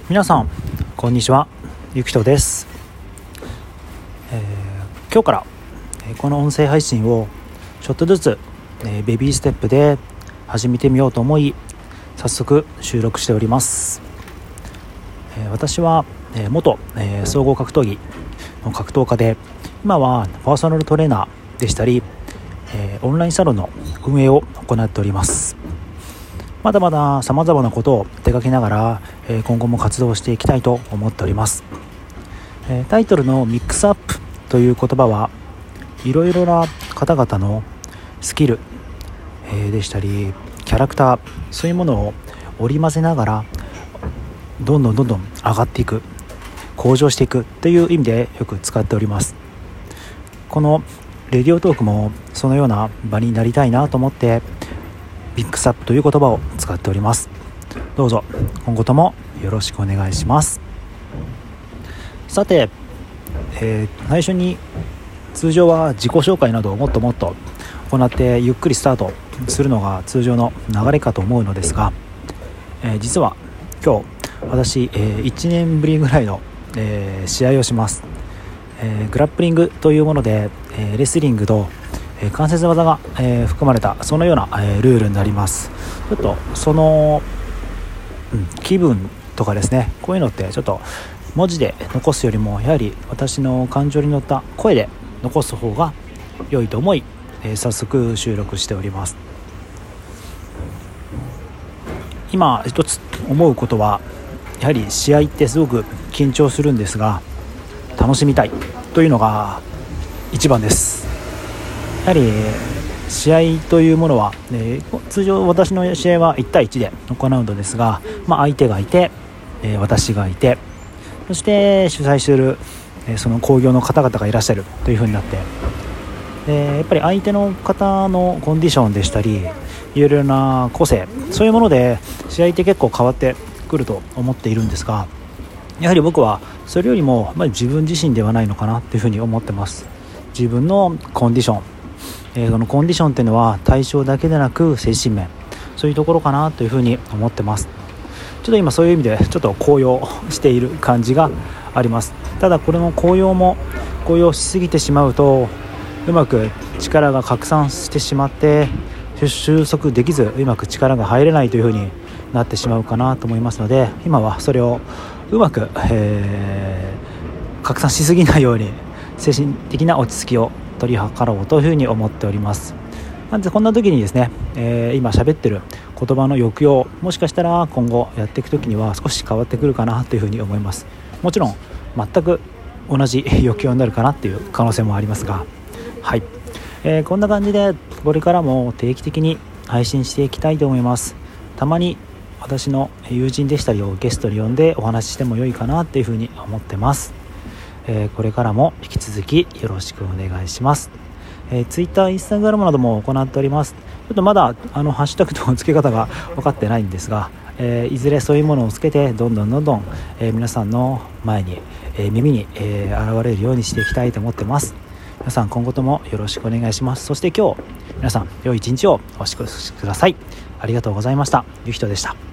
皆さんこんにちは、ゆきとです。今日からこの音声配信をちょっとずつベビーステップで始めてみようと思い、早速収録しております。私は元総合格闘技の格闘家で、今はパーソナルトレーナーでしたりオンラインサロンの運営を行っております。まだまだ様々なことを手掛けながら今後も活動していきたいと思っております。タイトルのミックスアップという言葉はいろいろな方々のスキルでしたりキャラクター、そういうものを織り交ぜながらどんどん上がっていく、向上していくという意味でよく使っております。このレディオトークもそのような場になりたいなと思ってミックスアップという言葉を使っております。どうぞ今後ともよろしくお願いします。さて、最初に通常は自己紹介などをもっと行ってゆっくりスタートするのが通常の流れかと思うのですが、実は今日私、1年ぶりぐらいの、試合をします。グラップリングというもので、レスリングと関節技が、含まれたそのような、ルールになります。ちょっとその、気分とかですね、こういうのってちょっと文字で残すよりもやはり私の感情に乗った声で残す方が良いと思い、早速収録しております。今一つ思うことは、やはり試合ってすごく緊張するんですが楽しみたいというのが一番です。やはり試合というものは、通常私の試合は1対1で行うのですが、相手がいて、私がいて、そして主催する、その興行の方々がいらっしゃるというふうになって、やっぱり相手の方のコンディションでしたりいろいろな個性、そういうもので試合って結構変わってくると思っているんですが、やはり僕はそれよりも、自分自身ではないのかなというふうに思ってます。自分のコンディション、そのコンディションというのは対象だけでなく精神面、そういうところかなというふうに思ってます。ちょっと今そういう意味でちょっと高揚している感じがあります。ただこれの高揚しすぎてしまうとうまく力が拡散してしまって収束できずうまく力が入れないというふうになってしまうかなと思いますので、今はそれをうまく、拡散しすぎないように精神的な落ち着きを取り計ろうというふうに思っております。なんでこんな時にですね、今喋ってる言葉の抑揚、もしかしたら今後やっていく時には少し変わってくるかなというふうに思います。もちろん全く同じ抑揚になるかなっていう可能性もありますが、はい、こんな感じでこれからも定期的に配信していきたいと思います。たまに私の友人でしたりをゲストに呼んでお話ししても良いかなっていうふうに思ってます。これからも引き続きよろしくお願いします。Twitter、Instagram なども行っております。ちょっとまだハッシュタグの付け方が分かってないんですが、いずれそういうものをつけてどんどん、皆さんの前に、耳に、現れるようにしていきたいと思ってます。皆さん今後ともよろしくお願いします。そして今日皆さん良い一日をお過ごしください。ありがとうございました。ゆきとでした。